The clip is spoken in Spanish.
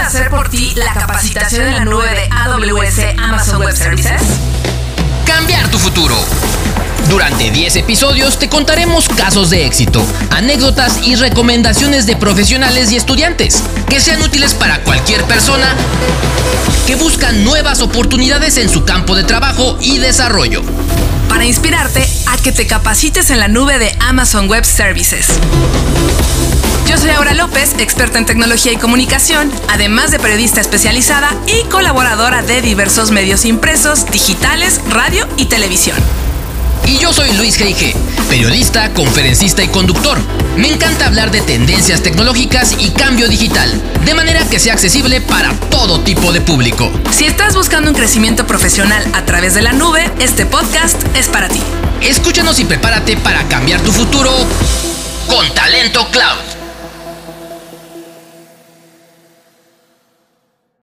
hacer por ti la capacitación en la nube de AWS Amazon Web Services? Cambiar tu futuro. Durante 10 episodios te contaremos casos de éxito, anécdotas y recomendaciones de profesionales y estudiantes que sean útiles para cualquier persona que busca nuevas oportunidades en su campo de trabajo y desarrollo. Para inspirarte a que te capacites en la nube de Amazon Web Services. Yo soy Aura López, experta en tecnología y comunicación, además de periodista especializada y colaboradora de diversos medios impresos, digitales, radio y televisión. Y yo soy Luis G.I.G., periodista, conferencista y conductor. Me encanta hablar de tendencias tecnológicas y cambio digital, de manera que sea accesible para todo tipo de público. Si estás buscando un crecimiento profesional a través de la nube, este podcast es para ti. Escúchanos y prepárate para cambiar tu futuro con Talento Cloud.